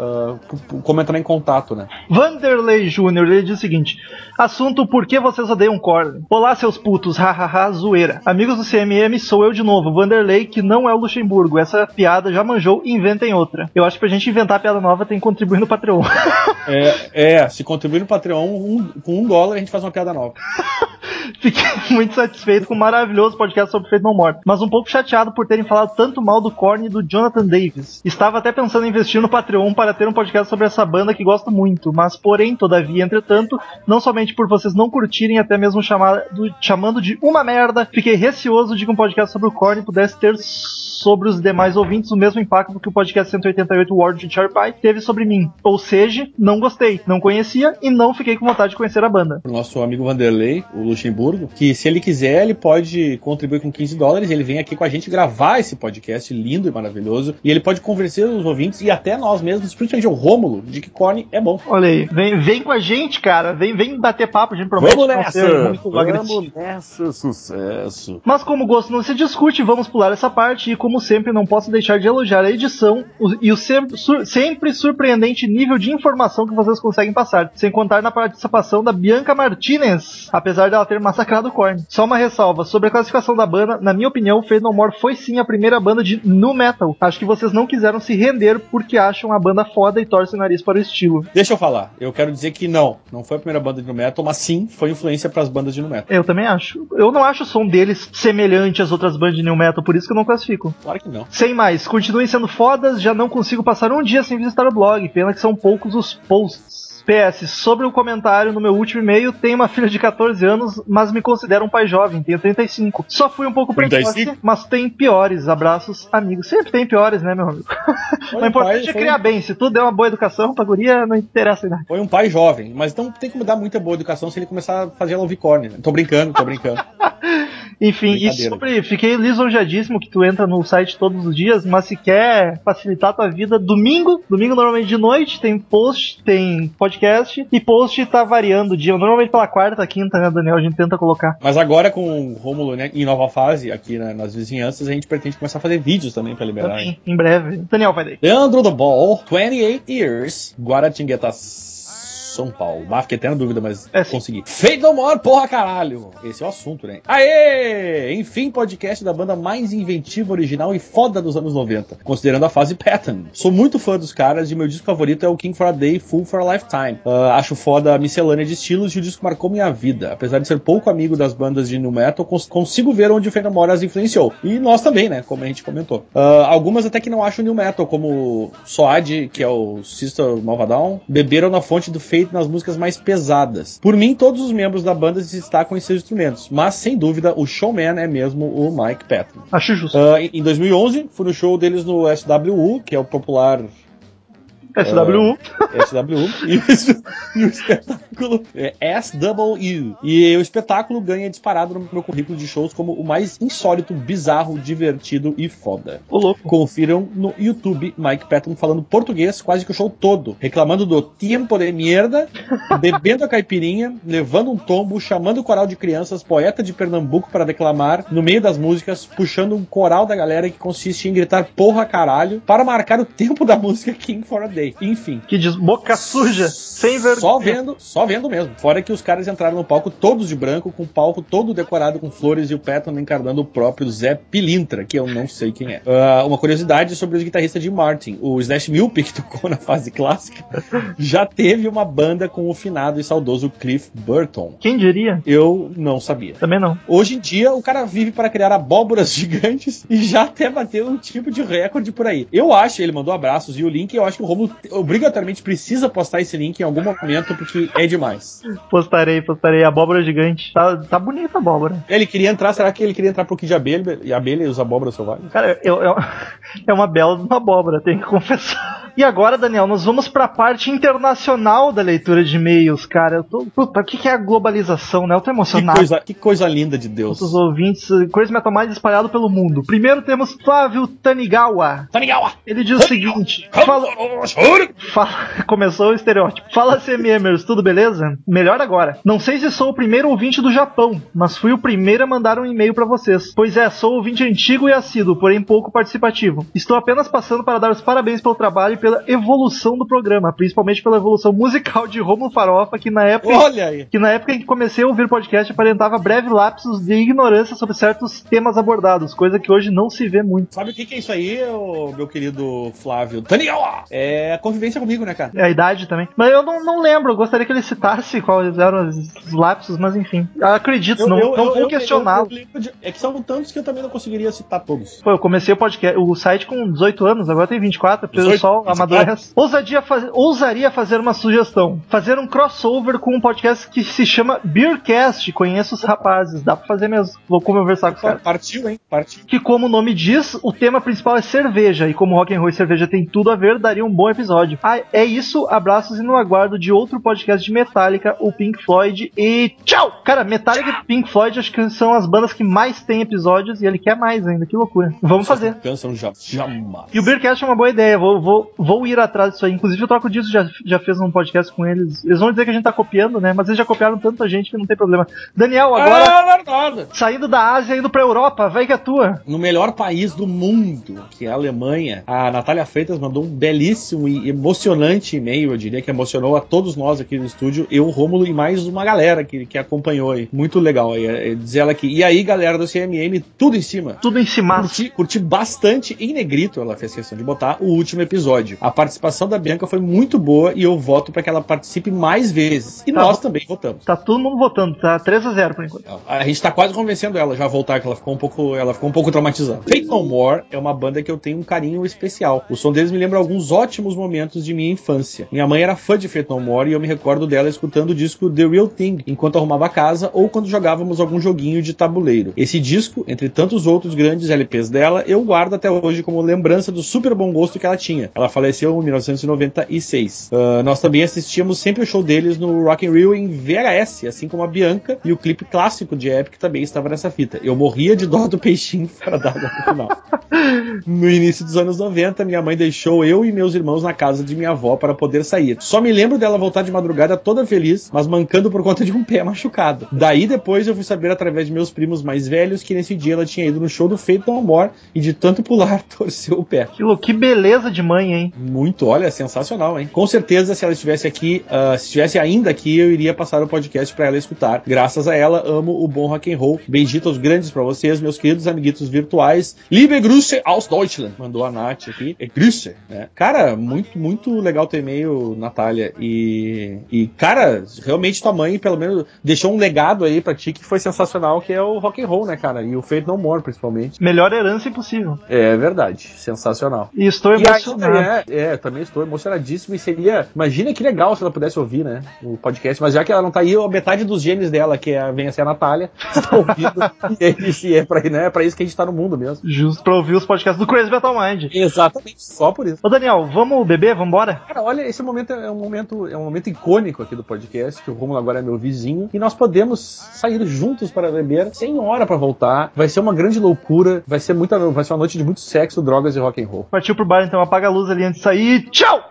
como entrar em contato, né? Vanderlei Júnior, ele diz o seguinte: assunto: por que vocês odeiam Korn? Olá, seus putos, hahaha, zoeira. Amigos do CMM, sou eu de novo, Vanderlei, que não é o Luxemburgo. Essa piada já manjou, inventem outra. Eu acho que pra gente inventar a piada nova tem que contribuir no Patreon. Se contribuir no Patreon, com $1 a gente faz uma piada nova. Fiquei muito satisfeito com o maravilhoso podcast sobre Faith No More, mas um pouco chateado por terem falado tanto mal do Korn e do Jonathan Davis. Estava até pensando em investir no Patreon para ter um podcast sobre essa banda que gosto muito, mas porém, todavia, entretanto, não somente por vocês não curtirem, até mesmo chamando de uma merda, fiquei receoso de que um podcast sobre o Korn pudesse ter sobre os demais ouvintes o mesmo impacto que o podcast 188 World de Cherry Pie teve sobre mim. Ou seja, não gostei, não conhecia e não fiquei com vontade de conhecer a banda. O nosso amigo Vanderlei, o Luxemburgo Luxemburgo, que se ele quiser, ele pode contribuir com $15, ele vem aqui com a gente gravar esse podcast lindo e maravilhoso, e ele pode convencer os ouvintes e até nós mesmos, principalmente o Rômulo, de que Korn é bom. Olha aí, vem com a gente, cara, vem bater papo, a gente promete. Vamos nessa, sucesso. Mas como o gosto não se discute, vamos pular essa parte, e como sempre, não posso deixar de elogiar a edição e o sempre surpreendente nível de informação que vocês conseguem passar, sem contar na participação da Bianca Martinez, apesar dela ter massacrado o Korn. Só uma ressalva, sobre a classificação da banda, na minha opinião, Faith No More foi sim a primeira banda de nu metal. Acho que vocês não quiseram se render porque acham a banda foda e torcem o nariz para o estilo. Deixa eu falar, eu quero dizer que não foi a primeira banda de nu metal, mas sim foi influência para as bandas de nu metal. Eu também acho. Eu não acho o som deles semelhante às outras bandas de nu metal, por isso que eu não classifico. Claro que não. Sem mais, continuem sendo fodas, já não consigo passar um dia sem visitar o blog, pena que são poucos os posts. PS, sobre o comentário no meu último e-mail, tenho uma filha de 14 anos, mas me considero um pai jovem, tenho 35. Só fui um pouco precoce, mas tem piores. Abraços, amigos. Sempre tem piores, né, meu amigo? O importante é criar bem. Se tu der uma boa educação pra guria, não interessa em nada. Foi um pai jovem, mas não tem como dar muita boa educação se ele começar a fazer ela ouvir Korn. Né? Tô brincando. Enfim, e fiquei lisonjadíssimo que tu entra no site todos os dias, mas se quer facilitar a tua vida, domingo normalmente de noite, tem post, tem podcast, e post tá variando o dia, normalmente pela quarta, quinta, né, Daniel, a gente tenta colocar. Mas agora com o Rômulo, né, em nova fase, aqui nas vizinhanças, a gente pretende começar a fazer vídeos também pra liberar. Também, em breve. Daniel, vai daí. Leandro The Ball, 28 years, Guaratinguetá, São Paulo. Fiquei até na dúvida, mas consegui. Faith No More, porra caralho! Esse é o assunto, né? Aê! Enfim, podcast da banda mais inventiva, original e foda dos anos 90, considerando a fase Patton. Sou muito fã dos caras e meu disco favorito é o King for a Day, Fool for a Lifetime. Acho foda a miscelânea de estilos e o disco marcou minha vida. Apesar de ser pouco amigo das bandas de nu metal, consigo ver onde o Faith No More as influenciou. E nós também, né? Como a gente comentou. Algumas até que não acham nu metal, como Soad, que é o Sister of Malvadão, beberam na fonte do Faith nas músicas mais pesadas. Por mim, todos os membros da banda se destacam em seus instrumentos, mas sem dúvida o showman é mesmo o Mike Patton. Acho justo. Em 2011, fui no show deles no SWU, que é o popular SWU. E o espetáculo é SWU. E o espetáculo ganha disparado no meu currículo de shows como o mais insólito, bizarro, divertido e foda. Ô, louco. Confiram no YouTube Mike Patton falando português quase que o show todo, reclamando do tempo de merda, bebendo a caipirinha, levando um tombo, chamando o coral de crianças, poeta de Pernambuco para declamar no meio das músicas, puxando um coral da galera que consiste em gritar porra caralho para marcar o tempo da música King for a Day. Enfim. Que diz boca suja, sem vergonha. Só vendo mesmo. Fora que os caras entraram no palco todos de branco, com o palco todo decorado com flores e o Patton encarnando o próprio Zé Pilintra, que eu não sei quem é. Uma curiosidade sobre o guitarrista Jim Martin. O Slash Milpe, que tocou na fase clássica, já teve uma banda com o finado e saudoso Cliff Burton. Quem diria? Eu não sabia. Também não. Hoje em dia, o cara vive para criar abóboras gigantes e já até bateu um tipo de recorde por aí. Eu acho, ele mandou abraços e o link, eu acho que o Romulo obrigatoriamente precisa postar esse link em algum momento, porque é demais. Postarei. Abóbora gigante. Tá bonita a abóbora. Ele queria entrar, será que ele queria entrar pro Kid de Abelha e os abóboras selvagens? Cara, é uma bela abóbora, tenho que confessar. E agora, Daniel, nós vamos pra parte internacional da leitura de e-mails, cara. Puta, o que é a globalização, né? Eu tô emocionado. Que coisa linda de Deus. Os ouvintes, Crazy Metal Mind espalhado pelo mundo. Primeiro temos Flávio Tanigawa. Ele diz o seguinte: começou o estereótipo. Fala, CMMers, tudo beleza? Melhor agora. Não sei se sou o primeiro ouvinte do Japão, mas fui o primeiro a mandar um e-mail pra vocês. Pois é, sou ouvinte antigo e assíduo, porém pouco participativo. Estou apenas passando para dar os parabéns pelo trabalho e pela evolução do programa, principalmente pela evolução musical de Rômulo Farofa, que na época em que comecei a ouvir podcast aparentava breve lapsos de ignorância sobre certos temas abordados, coisa que hoje não se vê muito. Sabe o que é isso aí, meu querido Flávio? Daniel! É a convivência comigo, né, cara? É a idade também. Mas eu não lembro, eu gostaria que ele citasse quais eram os lapsos, mas enfim. Eu acredito, não vou questioná-lo. É que são tantos que eu também não conseguiria citar todos. Pô, eu comecei o site com 18 anos, agora tem 24, porque eu só amadurece. Ousaria fazer uma sugestão. Fazer um crossover com um podcast que se chama Beercast. Conheço os rapazes, dá pra fazer mesmo. Vou conversar com os caras. Partiu. Que como o nome diz, o tema principal é cerveja, e como rock and roll e cerveja tem tudo a ver, daria um bom episódio. É isso, abraços e no aguardo de outro podcast de Metallica, o Pink Floyd, e tchau! Cara, Metallica e Pink Floyd acho que são as bandas que mais tem episódios e ele quer mais ainda, que loucura. Vamos fazer. Cansam jamais. E o Beercast é uma boa ideia, vou ir atrás disso aí. Inclusive o Troco Disso já fez um podcast com eles. Eles vão dizer que a gente tá copiando, né? Mas eles já copiaram tanta gente que não tem problema. Daniel, agora saindo da Ásia, indo pra Europa, vai que é tua. No melhor país do mundo, que é a Alemanha, a Natália Freitas mandou um belíssimo e emocionante e-mail, eu diria que emocionou a todos nós aqui no estúdio, eu, o Rômulo e mais uma galera que acompanhou aí. Muito legal aí. Diz ela aqui, e aí galera do CMM, tudo em cima. Tudo em cima. Curti bastante em negrito, ela fez questão de botar, o último episódio. A participação da Bianca foi muito boa e eu voto pra que ela participe mais vezes. E nós também votamos. Tá todo mundo votando, tá 3-0 por enquanto. A gente tá quase convencendo ela já a voltar, que ela ficou um pouco traumatizada. Fate No More é uma banda que eu tenho um carinho especial. O som deles me lembra alguns ótimos momentos de minha infância. Minha mãe era fã de Fate No More e eu me recordo dela escutando o disco The Real Thing enquanto arrumava a casa ou quando jogávamos algum joguinho de tabuleiro. Esse disco, entre tantos outros grandes LPs dela, eu guardo até hoje como lembrança do super bom gosto que ela tinha. Ela faleceu em 1996. Nós também assistíamos sempre o show deles no Rock in Rio em VHS, assim como a Bianca, e o clipe clássico de Epic também estava nessa fita. Eu morria de dó do peixinho fora d'água no final. No início dos anos 90, minha mãe deixou eu e meus irmãos na casa de minha avó para poder sair. Só me lembro dela voltar de madrugada toda feliz, mas mancando por conta de um pé machucado. Daí depois eu fui saber através de meus primos mais velhos que nesse dia ela tinha ido no show do Fate No More e de tanto pular torceu o pé. Que beleza de mãe, hein? Muito, olha, sensacional, hein? Com certeza, se ela estivesse aqui, se estivesse ainda aqui, eu iria passar o podcast para ela escutar. Graças a ela, amo o bom rock and roll. Beijitos grandes para vocês, meus queridos amiguitos virtuais. Liebe Grüße aus Deutschland. Mandou a Nath aqui. É Grüße, né? Cara, muito legal teu e-mail, Natália. E, cara, realmente tua mãe, pelo menos, deixou um legado aí pra ti que foi sensacional, que é o rock and roll, né, cara? E o Fate No More, principalmente. Melhor herança impossível. É verdade. Sensacional. E estou emocionado. Também estou emocionadíssimo e seria... Imagina que legal se ela pudesse ouvir, né, o podcast, mas já que ela não tá aí, a metade dos genes dela, que vem a ser a Natália, está ouvindo, e é pra isso que a gente tá no mundo mesmo. Justo pra ouvir os podcasts do Crazy Metal Mind. Exatamente, só por isso. Ô Daniel, vamos beber? Vamos embora? Cara, olha, esse momento é um momento icônico aqui do podcast, que o Rômulo agora é meu vizinho, e nós podemos sair juntos para beber, sem hora pra voltar, vai ser uma grande loucura, vai ser uma noite de muito sexo, drogas e rock and roll. Partiu pro bar, então apaga a luz ali antes de sair. Tchau!